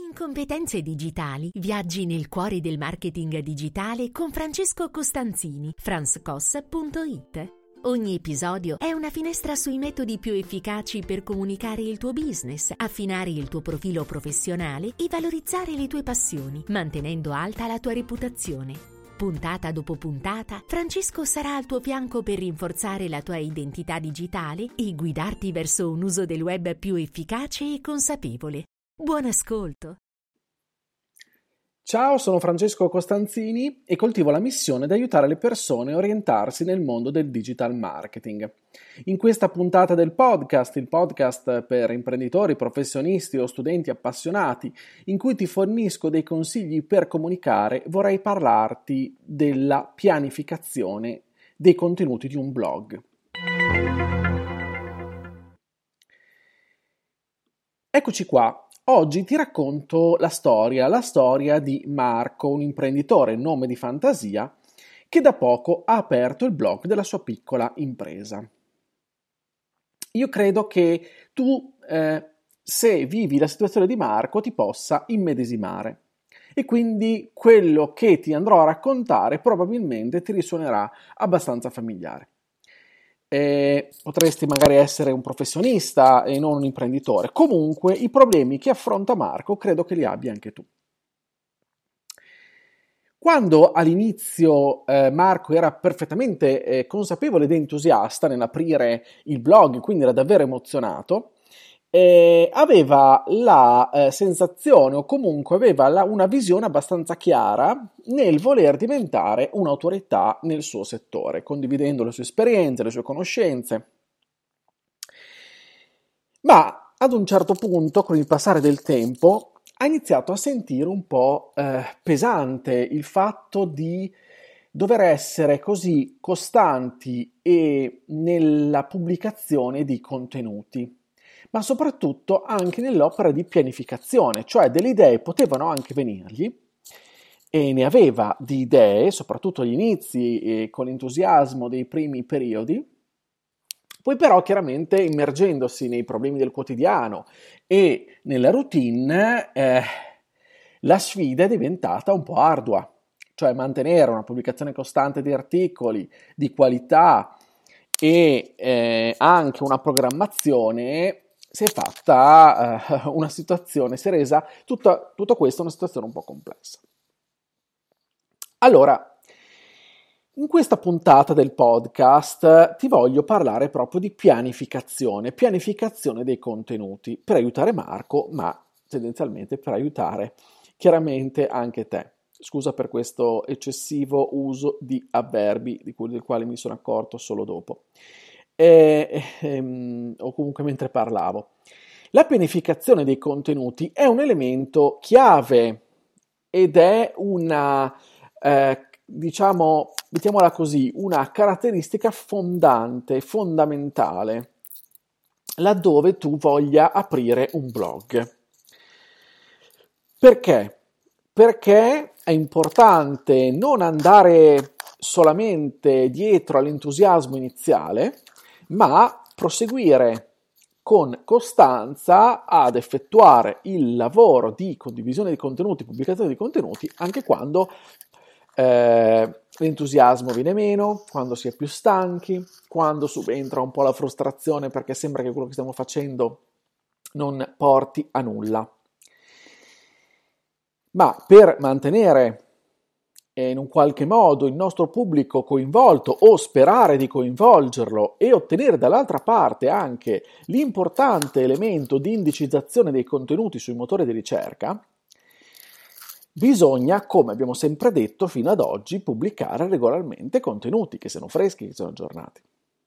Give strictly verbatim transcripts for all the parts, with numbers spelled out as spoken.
In Competenze Digitali viaggi nel cuore del marketing digitale con Francesco Costanzini, franscos punto it. Ogni episodio è una finestra sui metodi più efficaci per comunicare il tuo business, affinare il tuo profilo professionale e valorizzare le tue passioni, mantenendo alta la tua reputazione. Puntata dopo puntata, Francesco sarà al tuo fianco per rinforzare la tua identità digitale e guidarti verso un uso del web più efficace e consapevole. Buon ascolto! Ciao, sono Francesco Costanzini e coltivo la missione di aiutare le persone a orientarsi nel mondo del digital marketing. In questa puntata del podcast, il podcast per imprenditori, professionisti o studenti appassionati, in cui ti fornisco dei consigli per comunicare, vorrei parlarti della pianificazione dei contenuti di un blog. Eccoci qua. Oggi ti racconto la storia, la storia di Marco, un imprenditore, nome di fantasia, che da poco ha aperto il blog della sua piccola impresa. Io credo che tu, eh, se vivi la situazione di Marco, ti possa immedesimare e quindi quello che ti andrò a raccontare probabilmente ti risuonerà abbastanza familiare. Eh, potresti magari essere un professionista e non un imprenditore. Comunque i problemi che affronta Marco credo che li abbia anche tu. Quando all'inizio eh, Marco era perfettamente eh, consapevole ed entusiasta nell'aprire il blog, quindi era davvero emozionato, eh, aveva la eh, sensazione o comunque aveva la, una visione abbastanza chiara nel voler diventare un'autorità nel suo settore, condividendo le sue esperienze, le sue conoscenze. Ma ad un certo punto, con il passare del tempo, ha iniziato a sentire un po' eh, pesante il fatto di dover essere così costanti e nella pubblicazione di contenuti, ma soprattutto anche nell'opera di pianificazione, cioè delle idee potevano anche venirgli e ne aveva di idee, soprattutto agli inizi e con l'entusiasmo dei primi periodi, poi però chiaramente immergendosi nei problemi del quotidiano e nella routine eh, la sfida è diventata un po' ardua, cioè mantenere una pubblicazione costante di articoli di qualità e eh, anche una programmazione. Si è fatta uh, una situazione, si è resa tutta, tutto questo una situazione un po' complessa. Allora, in questa puntata del podcast ti voglio parlare proprio di pianificazione, pianificazione dei contenuti, per aiutare Marco, ma tendenzialmente per aiutare chiaramente anche te. Scusa per questo eccessivo uso di avverbi, di cui, del quale mi sono accorto solo dopo. Eh, ehm, o comunque mentre parlavo. La pianificazione dei contenuti è un elemento chiave ed è una, eh, diciamo, mettiamola così, una caratteristica fondante, fondamentale, laddove tu voglia aprire un blog. Perché? Perché è importante non andare solamente dietro all'entusiasmo iniziale, ma proseguire con costanza ad effettuare il lavoro di condivisione di contenuti, pubblicazione di contenuti, anche quando eh, l'entusiasmo viene meno, quando si è più stanchi, quando subentra un po' la frustrazione perché sembra che quello che stiamo facendo non porti a nulla. Ma per mantenere in un qualche modo il nostro pubblico coinvolto o sperare di coinvolgerlo e ottenere dall'altra parte anche l'importante elemento di indicizzazione dei contenuti sui motori di ricerca, bisogna, come abbiamo sempre detto fino ad oggi, pubblicare regolarmente contenuti che siano freschi, che siano aggiornati.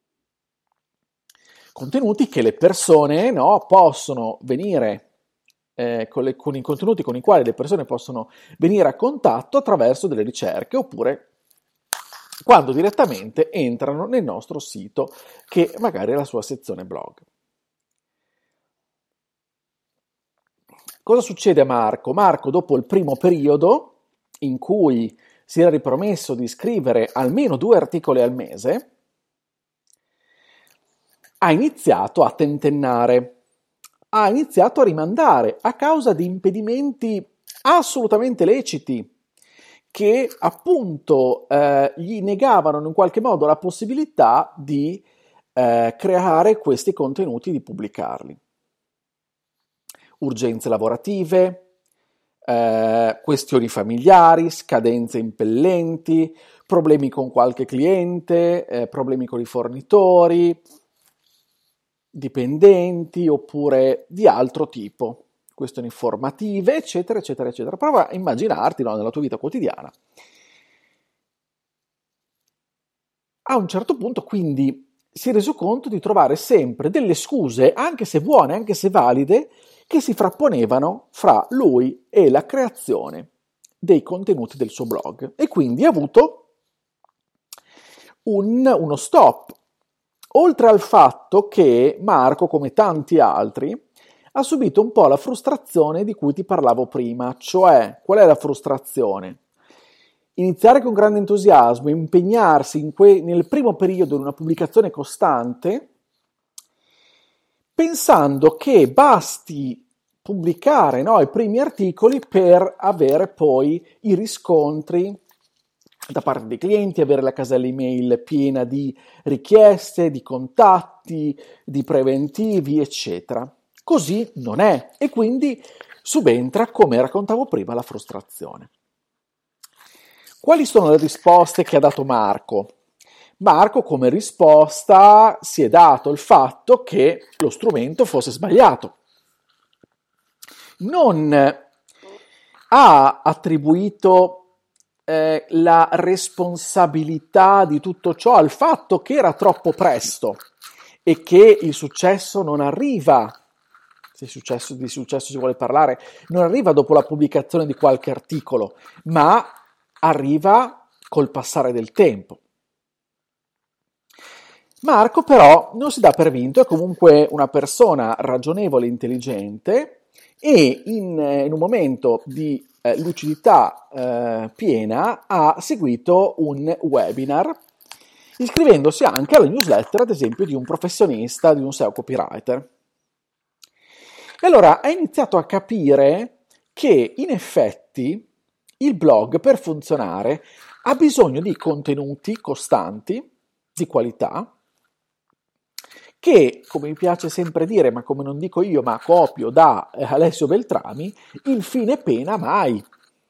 Contenuti che le persone, no, possono venire Eh, con, le, con i contenuti con i quali le persone possono venire a contatto attraverso delle ricerche oppure quando direttamente entrano nel nostro sito, che magari è la sua sezione blog. Cosa succede a Marco? Marco, dopo il primo periodo in cui si era ripromesso di scrivere almeno due articoli al mese, ha iniziato a tentennare. ha iniziato a rimandare a causa di impedimenti assolutamente leciti che appunto eh, gli negavano in qualche modo la possibilità di eh, creare questi contenuti, di pubblicarli. Urgenze lavorative, eh, questioni familiari, scadenze impellenti, problemi con qualche cliente, eh, problemi con i fornitori, dipendenti oppure di altro tipo, questioni formative, eccetera, eccetera, eccetera. Prova a immaginarti, no, nella tua vita quotidiana. A un certo punto, quindi, si è reso conto di trovare sempre delle scuse, anche se buone, anche se valide, che si frapponevano fra lui e la creazione dei contenuti del suo blog. E quindi ha avuto un, uno stop. Oltre al fatto che Marco, come tanti altri, ha subito un po' la frustrazione di cui ti parlavo prima, cioè qual è la frustrazione? Iniziare con grande entusiasmo, impegnarsi in que- nel primo periodo in una pubblicazione costante, pensando che basti pubblicare, no, i primi articoli per avere poi i riscontri da parte dei clienti, avere la casella email piena di richieste, di contatti, di preventivi, eccetera. Così non è, e quindi subentra, come raccontavo prima, la frustrazione. Quali sono le risposte che ha dato Marco? Marco, come risposta, si è dato il fatto che lo strumento fosse sbagliato. Non ha attribuito eh, la responsabilità di tutto ciò al fatto che era troppo presto e che il successo non arriva, se successo, di successo si vuole parlare, non arriva dopo la pubblicazione di qualche articolo, ma arriva col passare del tempo. Marco però non si dà per vinto, è comunque una persona ragionevole e intelligente e in, in un momento di eh, lucidità eh, piena ha seguito un webinar iscrivendosi anche alla newsletter, ad esempio, di un professionista, di un S E O copywriter. E allora ha iniziato a capire che in effetti il blog per funzionare ha bisogno di contenuti costanti, di qualità, che, come mi piace sempre dire, ma come non dico io, ma copio da Alessio Beltrami, il fine pena mai.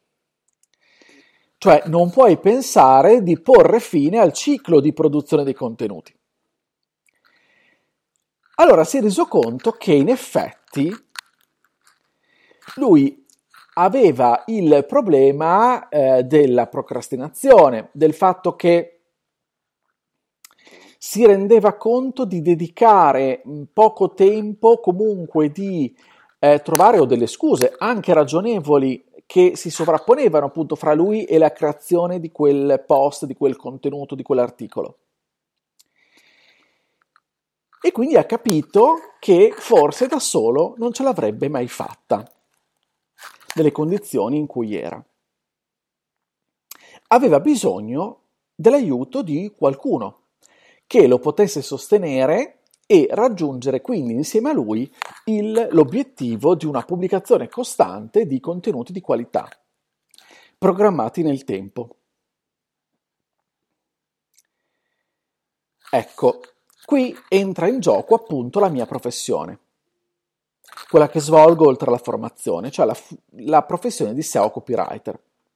Cioè non puoi pensare di porre fine al ciclo di produzione dei contenuti. Allora si è reso conto che in effetti lui aveva il problema eh, della procrastinazione, del fatto che si rendeva conto di dedicare poco tempo, comunque di eh, trovare o delle scuse anche ragionevoli che si sovrapponevano appunto fra lui e la creazione di quel post, di quel contenuto, di quell'articolo. E quindi ha capito che forse da solo non ce l'avrebbe mai fatta, nelle condizioni in cui era. Aveva bisogno dell'aiuto di qualcuno che lo potesse sostenere e raggiungere quindi insieme a lui il, l'obiettivo di una pubblicazione costante di contenuti di qualità, programmati nel tempo. Ecco, qui entra in gioco appunto la mia professione, quella che svolgo oltre alla formazione, cioè la, la professione di S E O copywriter.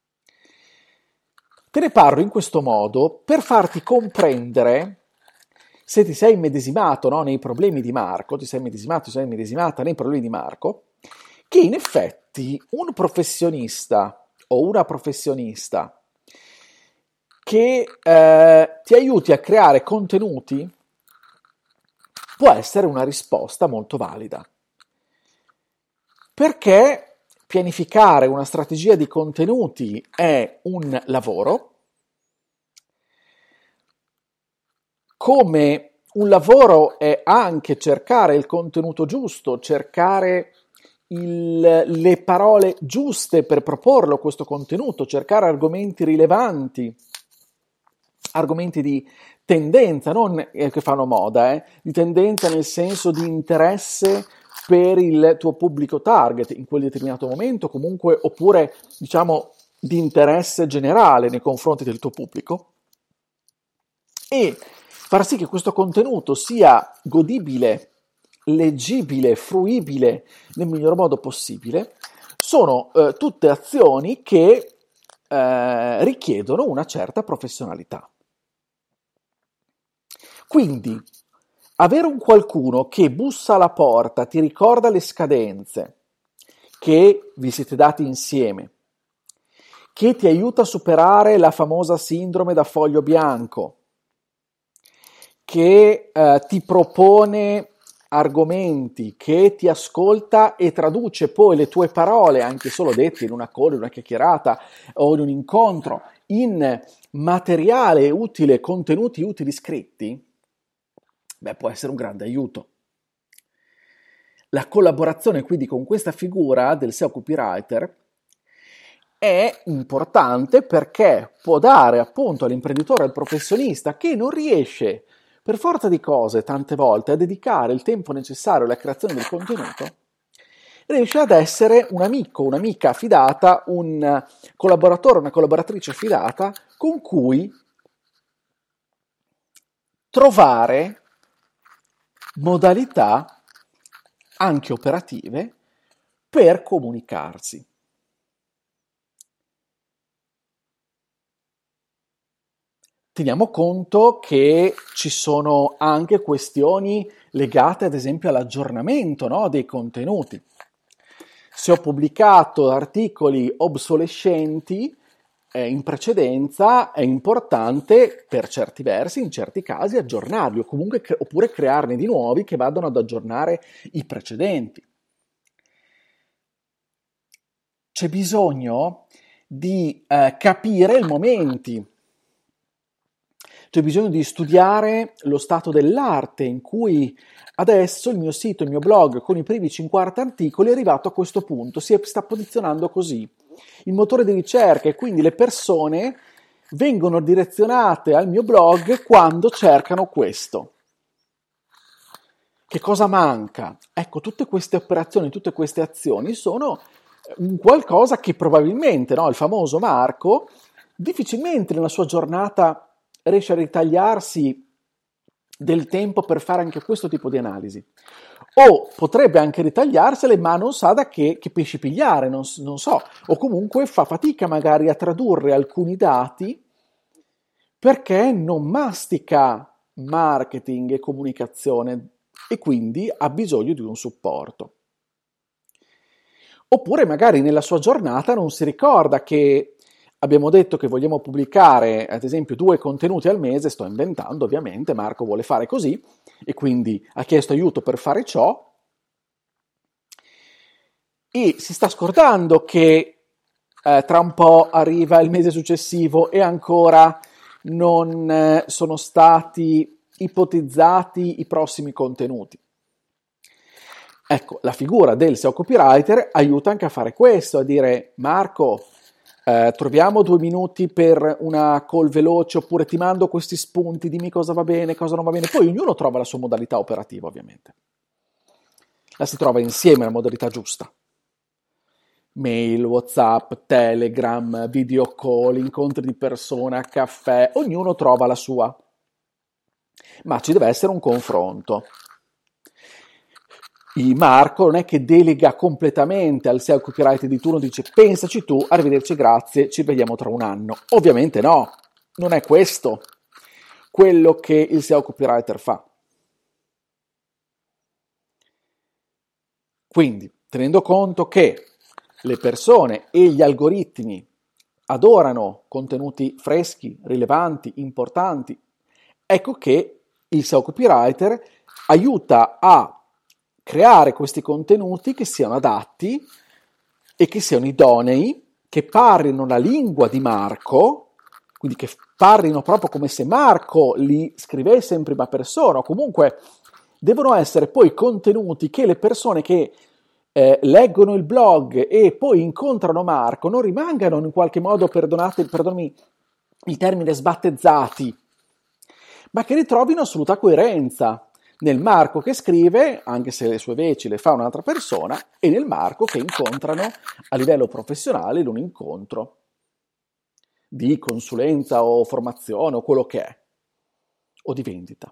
Te ne parlo in questo modo per farti comprendere, se ti sei immedesimato, no, nei problemi di Marco, ti sei immedesimato, ti sei immedesimata nei problemi di Marco, che in effetti un professionista o una professionista che eh, ti aiuti a creare contenuti può essere una risposta molto valida. Perché pianificare una strategia di contenuti è un lavoro, come un lavoro è anche cercare il contenuto giusto, cercare il, le parole giuste per proporlo questo contenuto, cercare argomenti rilevanti, argomenti di tendenza, non che fanno moda, eh, di tendenza nel senso di interesse per il tuo pubblico target in quel determinato momento, comunque, oppure diciamo di interesse generale nei confronti del tuo pubblico, e far sì che questo contenuto sia godibile, leggibile, fruibile nel miglior modo possibile, sono eh, tutte azioni che eh, richiedono una certa professionalità. Quindi, avere un qualcuno che bussa alla porta, ti ricorda le scadenze che vi siete dati insieme, che ti aiuta a superare la famosa sindrome da foglio bianco, che eh, ti propone argomenti, che ti ascolta e traduce poi le tue parole, anche solo dette in una call, in una chiacchierata o in un incontro, in materiale utile, contenuti utili scritti, beh, può essere un grande aiuto. La collaborazione quindi con questa figura del S E O copywriter è importante perché può dare appunto all'imprenditore, al professionista che non riesce per forza di cose tante volte a dedicare il tempo necessario alla creazione del contenuto, riesce ad essere un amico, un'amica affidata, un collaboratore, una collaboratrice affidata con cui trovare modalità anche operative per comunicarsi. Teniamo conto che ci sono anche questioni legate ad esempio all'aggiornamento, no, dei contenuti. Se ho pubblicato articoli obsolescenti eh, in precedenza, è importante per certi versi, in certi casi, aggiornarli o comunque cre- oppure crearne di nuovi che vadano ad aggiornare i precedenti. C'è bisogno di eh, capire i momenti. C'è bisogno di studiare lo stato dell'arte in cui adesso il mio sito, il mio blog con i primi cinquanta articoli è arrivato a questo punto, si sta posizionando così. Il motore di ricerca e quindi le persone vengono direzionate al mio blog quando cercano questo. Che cosa manca? Ecco, tutte queste operazioni, tutte queste azioni sono un qualcosa che probabilmente, no, il famoso Marco, difficilmente nella sua giornata riesce a ritagliarsi del tempo per fare anche questo tipo di analisi. O potrebbe anche ritagliarsele, ma non sa da che, che pesci pigliare, non, non so. O comunque fa fatica magari a tradurre alcuni dati perché non mastica marketing e comunicazione e quindi ha bisogno di un supporto. Oppure magari nella sua giornata non si ricorda che abbiamo detto che vogliamo pubblicare, ad esempio, due contenuti al mese, sto inventando ovviamente, Marco vuole fare così e quindi ha chiesto aiuto per fare ciò e si sta scordando che eh, tra un po' arriva il mese successivo e ancora non eh, sono stati ipotizzati i prossimi contenuti. Ecco, la figura del S E O copywriter aiuta anche a fare questo, a dire Marco, Eh, troviamo due minuti per una call veloce oppure ti mando questi spunti, dimmi cosa va bene, cosa non va bene. Poi ognuno trova la sua modalità operativa, ovviamente. La si trova insieme la modalità giusta. Mail, WhatsApp, Telegram, video call, incontri di persona, caffè, ognuno trova la sua. Ma ci deve essere un confronto. Il Marco non è che delega completamente al S E O copywriter di turno, dice pensaci tu, arrivederci, grazie, ci vediamo tra un anno. Ovviamente no, non è questo quello che il S E O copywriter fa. Quindi, tenendo conto che le persone e gli algoritmi adorano contenuti freschi, rilevanti, importanti, ecco che il S E O copywriter aiuta a creare questi contenuti che siano adatti e che siano idonei, che parlino la lingua di Marco, quindi che parlino proprio come se Marco li scrivesse in prima persona, o comunque devono essere poi contenuti che le persone che eh, leggono il blog e poi incontrano Marco non rimangano in qualche modo, perdonate, perdonami il termine, sbattezzati, ma che ritrovino assoluta coerenza nel Marco che scrive, anche se le sue veci le fa un'altra persona, e nel Marco che incontrano a livello professionale in un incontro di consulenza o formazione o quello che è, o di vendita.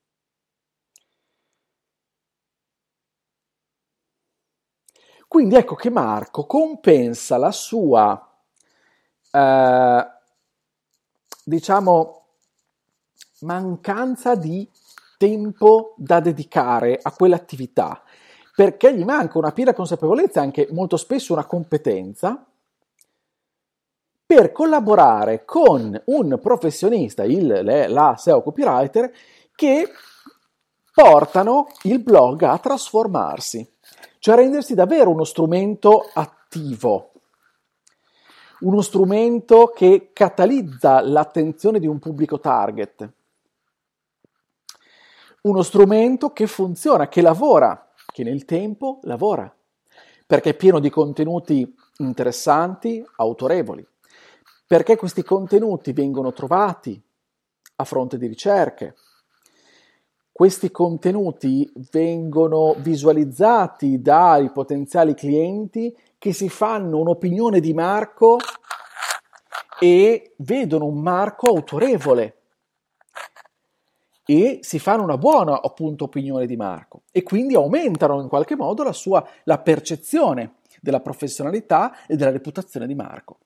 Quindi ecco che Marco compensa la sua, eh, diciamo, mancanza di tempo da dedicare a quell'attività, perché gli manca una piena consapevolezza e anche molto spesso una competenza per collaborare con un professionista, il, le, la S E O copywriter, che portano il blog a trasformarsi, cioè a rendersi davvero uno strumento attivo, uno strumento che catalizza l'attenzione di un pubblico target, uno strumento che funziona, che lavora, che nel tempo lavora, perché è pieno di contenuti interessanti, autorevoli, perché questi contenuti vengono trovati a fronte di ricerche, questi contenuti vengono visualizzati dai potenziali clienti che si fanno un'opinione di Marco e vedono un Marco autorevole e si fanno una buona, appunto, opinione di Marco e quindi aumentano in qualche modo la sua la percezione della professionalità e della reputazione di Marco.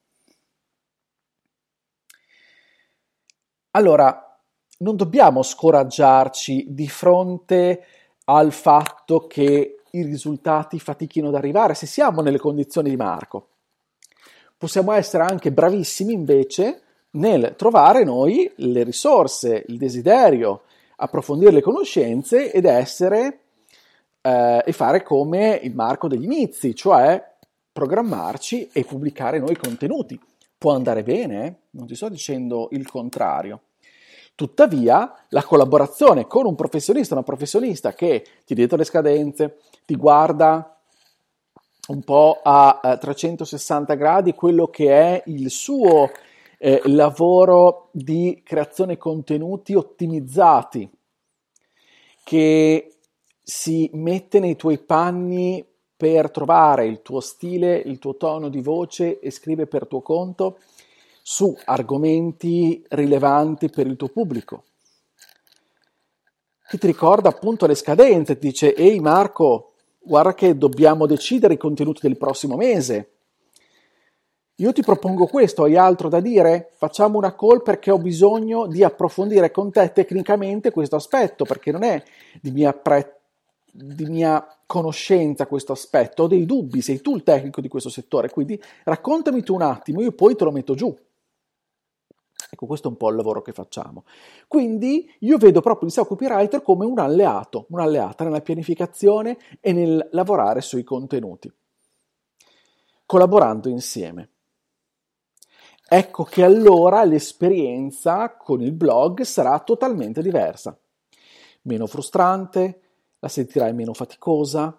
Allora, non dobbiamo scoraggiarci di fronte al fatto che i risultati fatichino ad arrivare se siamo nelle condizioni di Marco. Possiamo essere anche bravissimi invece nel trovare noi le risorse, il desiderio, approfondire le conoscenze ed essere eh, e fare come il Marco degli inizi, cioè programmarci e pubblicare noi contenuti. Può andare bene, eh? Non ti sto dicendo il contrario. Tuttavia, la collaborazione con un professionista, una professionista che ti dietro le scadenze, ti guarda un po' a, a trecentosessanta gradi quello che è il suo eh, lavoro di creazione contenuti ottimizzati, che si mette nei tuoi panni per trovare il tuo stile, il tuo tono di voce e scrive per tuo conto su argomenti rilevanti per il tuo pubblico. Chi ti ricorda appunto le scadenze, ti dice: ehi Marco, guarda che dobbiamo decidere i contenuti del prossimo mese. Io ti propongo questo, hai altro da dire? Facciamo una call perché ho bisogno di approfondire con te tecnicamente questo aspetto, perché non è di mia, pre- di mia conoscenza questo aspetto, ho dei dubbi, sei tu il tecnico di questo settore, quindi raccontami tu un attimo, io poi te lo metto giù. Ecco, questo è un po' il lavoro che facciamo. Quindi io vedo proprio il S E O copywriter come un alleato, un'alleata nella pianificazione e nel lavorare sui contenuti, collaborando insieme. Ecco che allora l'esperienza con il blog sarà totalmente diversa, meno frustrante, la sentirai meno faticosa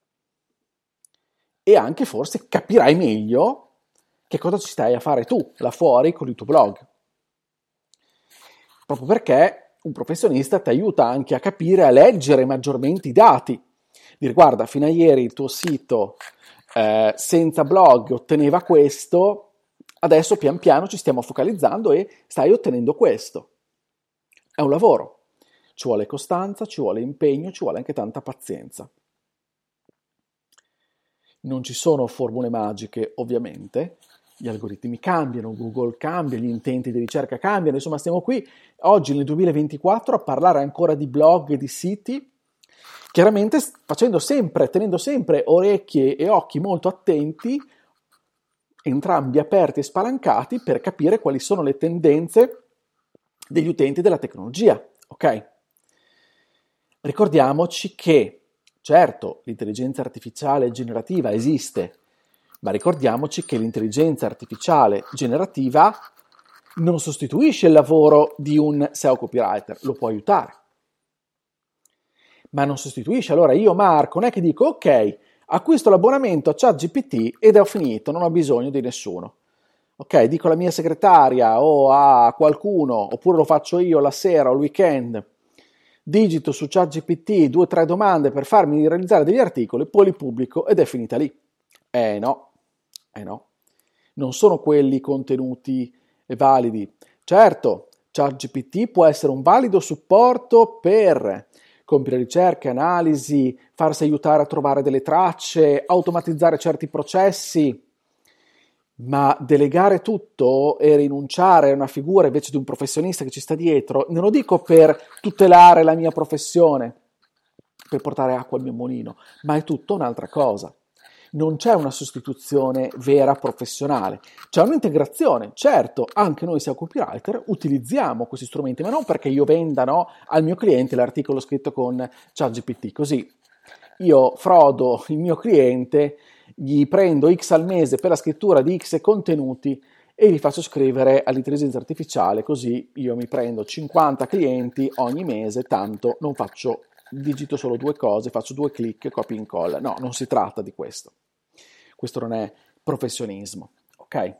e anche forse capirai meglio che cosa ci stai a fare tu là fuori con il tuo blog. Proprio perché un professionista ti aiuta anche a capire, a leggere maggiormente i dati. Dire: guarda, fino a ieri il tuo sito eh, senza blog otteneva questo, adesso pian piano ci stiamo focalizzando e stai ottenendo questo. È un lavoro, ci vuole costanza, ci vuole impegno, ci vuole anche tanta pazienza. Non ci sono formule magiche, ovviamente. Gli algoritmi cambiano, Google cambia, gli intenti di ricerca cambiano, insomma stiamo qui oggi nel duemilaventiquattro a parlare ancora di blog e di siti, chiaramente facendo sempre, tenendo sempre orecchie e occhi molto attenti, entrambi aperti e spalancati per capire quali sono le tendenze degli utenti della tecnologia, ok? Ricordiamoci che, certo, l'intelligenza artificiale generativa esiste, ma ricordiamoci che l'intelligenza artificiale generativa non sostituisce il lavoro di un S E O copywriter, lo può aiutare, ma non sostituisce. Allora io, Marco, non è che dico: ok, acquisto l'abbonamento a ChatGPT ed ho finito, non ho bisogno di nessuno. Ok, dico alla mia segretaria o a qualcuno, oppure lo faccio io la sera o il weekend, digito su ChatGPT due o tre domande per farmi realizzare degli articoli, poi li pubblico ed è finita lì. Eh no, eh no, non sono quelli contenuti validi. Certo, ChatGPT può essere un valido supporto per compiere ricerche, analisi, farsi aiutare a trovare delle tracce, automatizzare certi processi, ma delegare tutto e rinunciare a una figura invece di un professionista che ci sta dietro, non lo dico per tutelare la mia professione, per portare acqua al mio mulino, ma è tutto un'altra cosa. Non c'è una sostituzione vera professionale, c'è un'integrazione. Certo, anche noi siamo copywriter, utilizziamo questi strumenti, ma non perché io venda, no, al mio cliente l'articolo scritto con ChatGPT, così io frodo il mio cliente, gli prendo X al mese per la scrittura di X contenuti e gli faccio scrivere all'intelligenza artificiale, così io mi prendo cinquanta clienti ogni mese, tanto non faccio, digito solo due cose, faccio due clic, copia e incolla. No, non si tratta di questo. Questo non è professionismo, ok?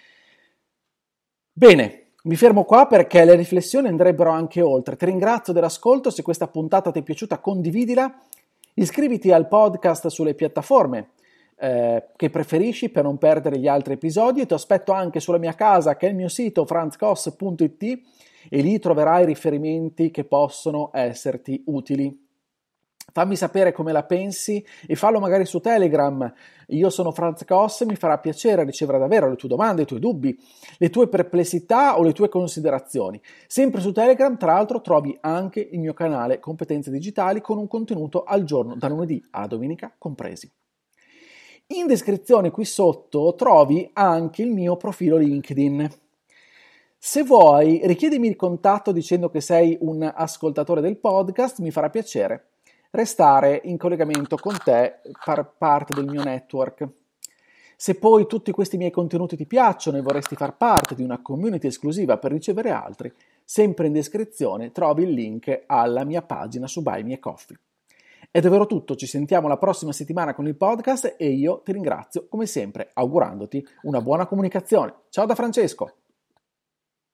Bene, mi fermo qua perché le riflessioni andrebbero anche oltre. Ti ringrazio dell'ascolto, se questa puntata ti è piaciuta condividila, iscriviti al podcast sulle piattaforme eh, che preferisci per non perdere gli altri episodi e ti aspetto anche sulla mia casa che è il mio sito franz koss punto it e lì troverai riferimenti che possono esserti utili. Fammi sapere come la pensi e fallo magari su Telegram. Io sono Franz Koss e mi farà piacere ricevere davvero le tue domande, i tuoi dubbi, le tue perplessità o le tue considerazioni. Sempre su Telegram, tra l'altro, trovi anche il mio canale Competenze Digitali con un contenuto al giorno, da lunedì alla domenica compresi. In descrizione qui sotto trovi anche il mio profilo LinkedIn. Se vuoi, richiedimi il contatto dicendo che sei un ascoltatore del podcast, mi farà piacere restare in collegamento con te, far parte del mio network. Se poi tutti questi miei contenuti ti piacciono e vorresti far parte di una community esclusiva per ricevere altri, sempre in descrizione trovi il link alla mia pagina su Buy Me a Coffee. È davvero tutto, ci sentiamo la prossima settimana con il podcast e io ti ringrazio come sempre augurandoti una buona comunicazione. Ciao da Francesco!